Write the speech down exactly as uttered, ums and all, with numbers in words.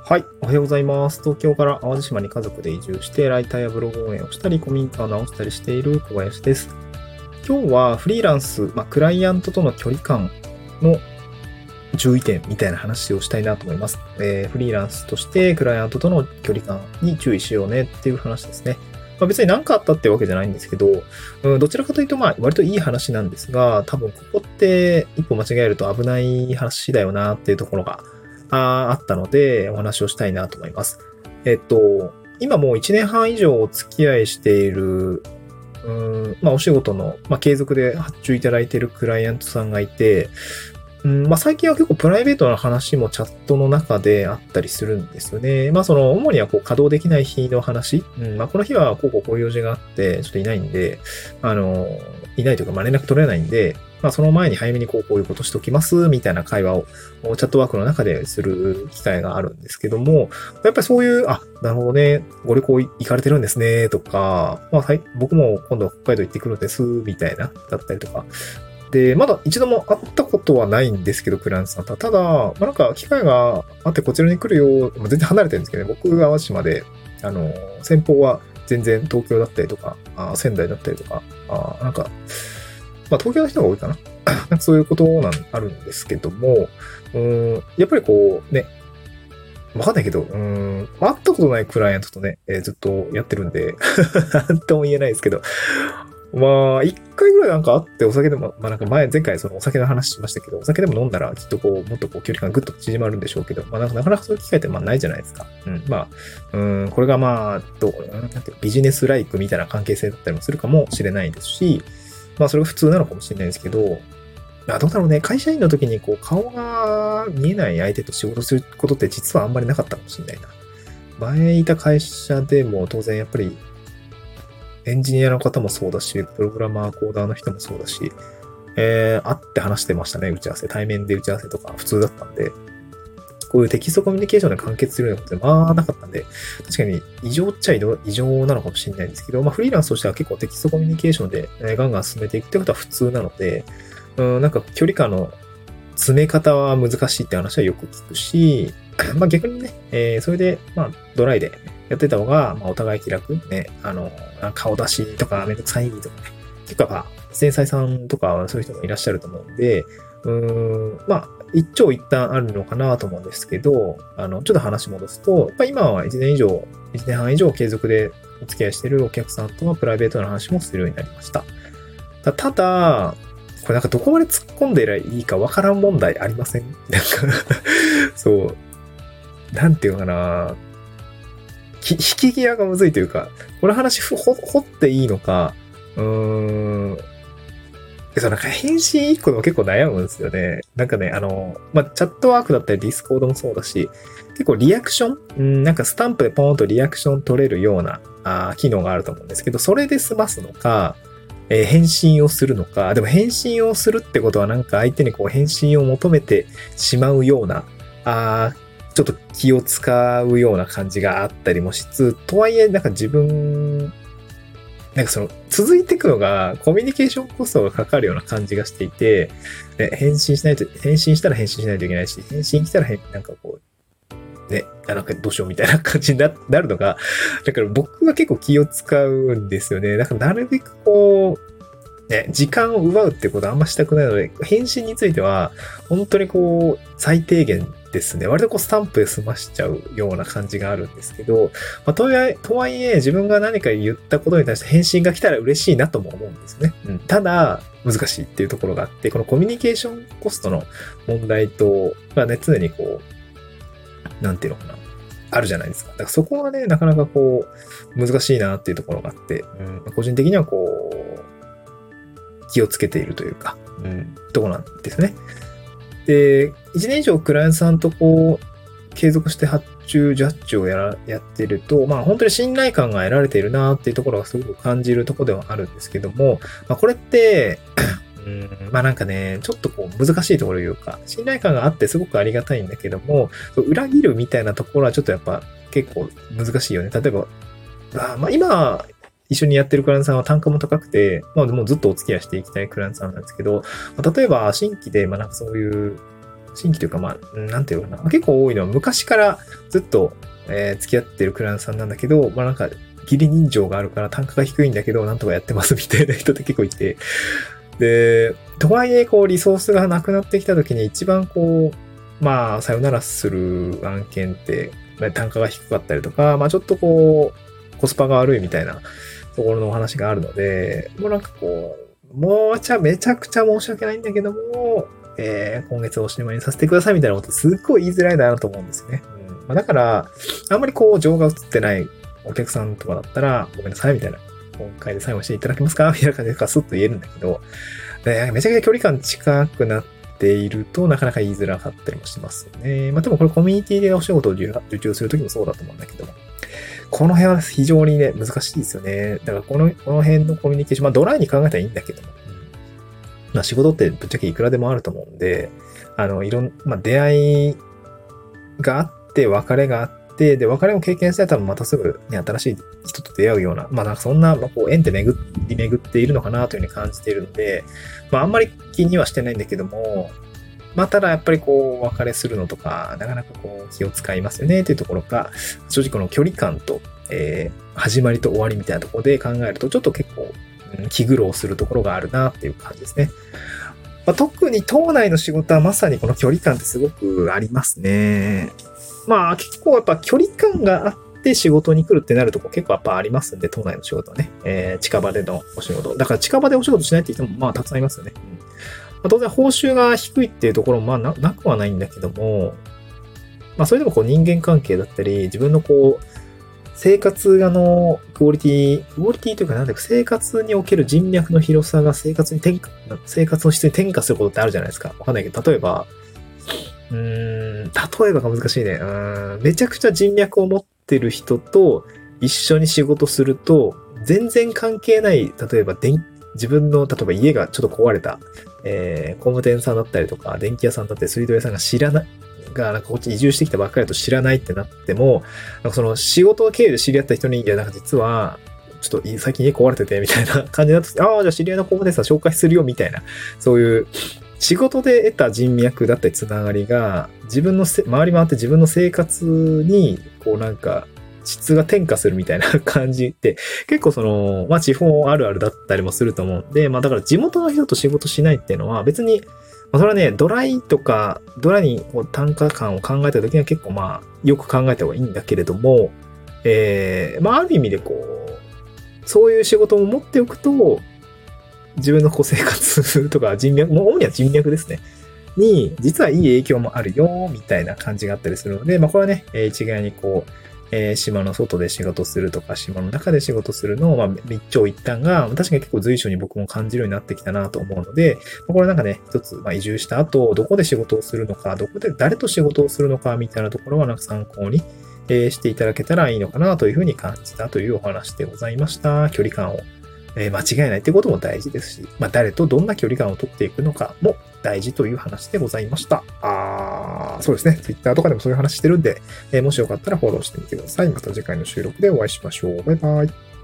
はい。おはようございます。東京から淡路島に家族で移住して、ライターやブログ運営をしたり、古民家を直したりしている小林です。今日はフリーランス、まあ、クライアントとの距離感の注意点みたいな話をしたいなと思います。えー、フリーランスとしてクライアントとの距離感に注意しようねっていう話ですね。まあ、別に何かあったってわけじゃないんですけど、うん、どちらかというとまあ割といい話なんですが、多分ここって一歩間違えると危ない話だよなっていうところがああったのでお話をしたいなと思います。えっと、今もういちねんはん以上お付き合いしている、うん、まあお仕事の、まあ、継続で発注いただいているクライアントさんがいて、うんまあ、最近は結構プライベートな話もチャットの中であったりするんですよね。まあその主にはこう稼働できない日の話。うんまあこの日はこうこうこういう用事があってちょっといないんで、あの、いないというかまあ連絡取れないんで、まあその前に早めにこうこういうことしておきますみたいな会話をチャットワークの中でする機会があるんですけども、やっぱりそういう、あ、なるほどね、ご旅行行かれてるんですねとか、まあ僕も今度北海道行ってくるんですみたいな、だったりとか、で、まだ一度も会ったことはないんですけど、クライアントさんと。ただ、まあ、なんか機会があってこちらに来るよ、まあ、全然離れてるんですけどね、僕が淡路島で、あの、先方は全然東京だったりとか、あ仙台だったりとか、あなんか、まあ東京の人が多いかな。なんかそういうことなんあるんですけども、うん、やっぱりこうね、わかんないけど、うん、会ったことないクライアントとね、えーずっとやってるんで、なんとも言えないですけど、まあ、一回ぐらいなんかあってお酒でも、まあなんか前、前回そのお酒の話しましたけど、お酒でも飲んだらきっとこう、もっとこう距離感ぐっと縮まるんでしょうけど、まあなんかなかなかそういう機会ってまあないじゃないですか。うん。まあ、うん、これがまあ、どう、なんていうビジネスライクみたいな関係性だったりもするかもしれないですし、まあそれが普通なのかもしれないですけど、まあどうだろうね、会社員の時にこう、顔が見えない相手と仕事することって実はあんまりなかったかもしれないな。前いた会社でも当然やっぱりエンジニアの方もそうだし、プログラマー、コーダーの人もそうだし、えー、会って話してましたね、打ち合わせ。対面で打ち合わせとか普通だったんで、こういうテキストコミュニケーションで完結するようなことってまあなかったんで、確かに異常っちゃ異常なのかもしれないんですけど、まあフリーランスとしては結構テキストコミュニケーションでガンガン進めていくってことは普通なので、うん、なんか距離感の詰め方は難しいって話はよく聞くし、まあ逆にね、えー、それで、まあドライでやってた方が、まあお互い気楽ね、あの、顔出しとかめんどくさいとかね、結構やっぱ、繊細さんとかそういう人もいらっしゃると思うんで、うーん、まあ、一長一短あるのかなと思うんですけど、あの、ちょっと話戻すと、やっぱ今はいちねん以上、いちねんはん以上継続でお付き合いしているお客さんとはプライベートな話もするようになりました。ただ、これなんかどこまで突っ込んでりゃいいかわからん問題ありません？なんかそう、なんていうのかな、引き際がむずいというか、この話掘っていいのか、うーん、そうなんか返信一個でも結構悩むんですよね。なんかね、あの、まあ、チャットワークだったりディスコードもそうだし、結構リアクション、うん、なんかスタンプでポーンとリアクション取れるようなあ機能があると思うんですけど、それで済ますのか、えー返信をするのか、でも返信をするってことはなんか相手にこう返信を求めてしまうような、あちょっと気を使うような感じがあったりもしつつ、とはいえなんか自分なんかその、続いていくのが、コミュニケーションコストがかかるような感じがしていて、で返信しないと、返信したら返信しないといけないし、返信来たら返、なんかこう、ね、なんかどうしようみたいな感じにななるのが、だから僕は結構気を使うんですよね。だからなるべくこう、ね、時間を奪うってことはあんましたくないので、返信については、本当にこう、最低限ですね。割とこう、スタンプで済ましちゃうような感じがあるんですけど、まあ、とはいえ、とはいえ、自分が何か言ったことに対して返信が来たら嬉しいなとも思うんですね。うん。ただ、難しいっていうところがあって、このコミュニケーションコストの問題と、まあね、常にこう、なんていうのかな。あるじゃないですか。だからそこはね、なかなかこう、難しいなっていうところがあって、うん、個人的にはこう、気をつけているというか、うん、ところなんですね。で、いちねん以上クライアントさんとこう、継続して発注ジャッジをやら、やってると、まあ本当に信頼感が得られているなっていうところがすごく感じるところではあるんですけども、まあこれって、うん、まあなんかね、ちょっとこう難しいところというか、信頼感があってすごくありがたいんだけども、裏切るみたいなところはちょっとやっぱ結構難しいよね。例えば、あまあ今、一緒にやってるクライアントさんは単価も高くて、まあもうずっとお付き合いしていきたいクライアントさんなんですけど、まあ、例えば新規で、まあなんかそういう、 新規というか、まあ、なんていうのかな。結構多いのは昔からずっと、えー、付き合ってるクライアントさんなんだけど、まあなんか、義理人情があるから単価が低いんだけど、なんとかやってますみたいな人って結構いて。で、とはいえ、こう、リソースがなくなってきた時に一番こう、まあ、さよならする案件って、単価が低かったりとか、まあちょっとこう、コスパが悪いみたいなところのお話があるので、もうなんかこう、もうちゃめちゃくちゃ申し訳ないんだけども、えー、今月おしまいにさせてくださいみたいなことすっごい言いづらいなと思うんですよね。うんまあ、だから、あんまりこう情が映ってないお客さんとかだったら、ごめんなさいみたいな、今回で最後にしていただけますかみたいな感じでカスッと言えるんだけど、えー、めちゃくちゃ距離感近くなっているとなかなか言いづらかったりもしますよね。まあでもこれコミュニティでお仕事を受注するときもそうだと思うんだけども、この辺は非常にね、難しいですよね。だからこの、この辺のコミュニケーション、まあドライに考えたらいいんだけども、まあ仕事ってぶっちゃけいくらでもあると思うんで、あの、いろん、まあ出会いがあって、別れがあって、で、別れを経験したら多分またすぐに新しい人と出会うような、まあなんかそんな、まあ、こう縁って巡り巡っているのかなというふうに感じているので、まああんまり気にはしてないんだけども、まあただやっぱりこう、別れするのとか、なかなかこう気を使いますよねというところが、正直この距離感と、えー、始まりと終わりみたいなところで考えると、ちょっと結構、気苦労するところがあるなっていう感じですね。まあ、特に島内の仕事はまさにこの距離感ってすごくありますね。まあ結構やっぱ距離感があって仕事に来るってなるとこ結構やっぱありますんで、島内の仕事はね、えー、近場でのお仕事。だから近場でお仕事しないって人もまあたくさんいますよね。うんまあ、当然報酬が低いっていうところもまあ な, なくはないんだけども、まあそれでもこう人間関係だったり、自分のこう、生活がのクオリティ、クオリティというかなんだか生活における人脈の広さが生活に転化、生活の質に転化することってあるじゃないですか。わかんないけど、例えば、うーん、例えばが難しいね。うーん、めちゃくちゃ人脈を持ってる人と一緒に仕事すると、全然関係ない、例えば電、自分の、例えば家がちょっと壊れた、えー、工務店さんだったりとか、電気屋さんだったり、水道屋さんが知らない、が、なんかこっち移住してきたばっかりだと知らないってなっても、なんかその仕事経由で知り合った人に、いや、なんか実は、ちょっと最近家壊れてて、みたいな感じだと、ああ、じゃあ知り合いの工務店さん紹介するよ、みたいな、そういう仕事で得た人脈だったりつながりが、自分のせ、回り回って自分の生活に、こうなんか、質が転化するみたいな感じって、結構その、まあ地方あるあるだったりもすると思うんで、まあだから地元の人と仕事しないっていうのは別に、まあ、それはね、ドライとか、ドライにこう単価感を考えたときには結構まあ、よく考えた方がいいんだけれども、えー、まあある意味でこう、そういう仕事を持っておくと、自分のこう生活とか人脈、もう主には人脈ですね。に、実はいい影響もあるよ、みたいな感じがあったりするので、まあこれはね、一概にこう、えー、島の外で仕事するとか、島の中で仕事するのを、まあ、一長一短が、確かに結構随所に僕も感じるようになってきたなと思うので、これなんかね、一つ、まあ、移住した後、どこで仕事をするのか、どこで誰と仕事をするのか、みたいなところはなんか参考に、えー、していただけたらいいのかなというふうに感じたというお話でございました。距離感を、えー、間違えないってことも大事ですし、まあ、誰とどんな距離感を取っていくのかも大事という話でございました。あー、そうですね。Twitter とかでもそういう話してるんで、えー、もしよかったらフォローしてみてください。また次回の収録でお会いしましょう。バイバイ。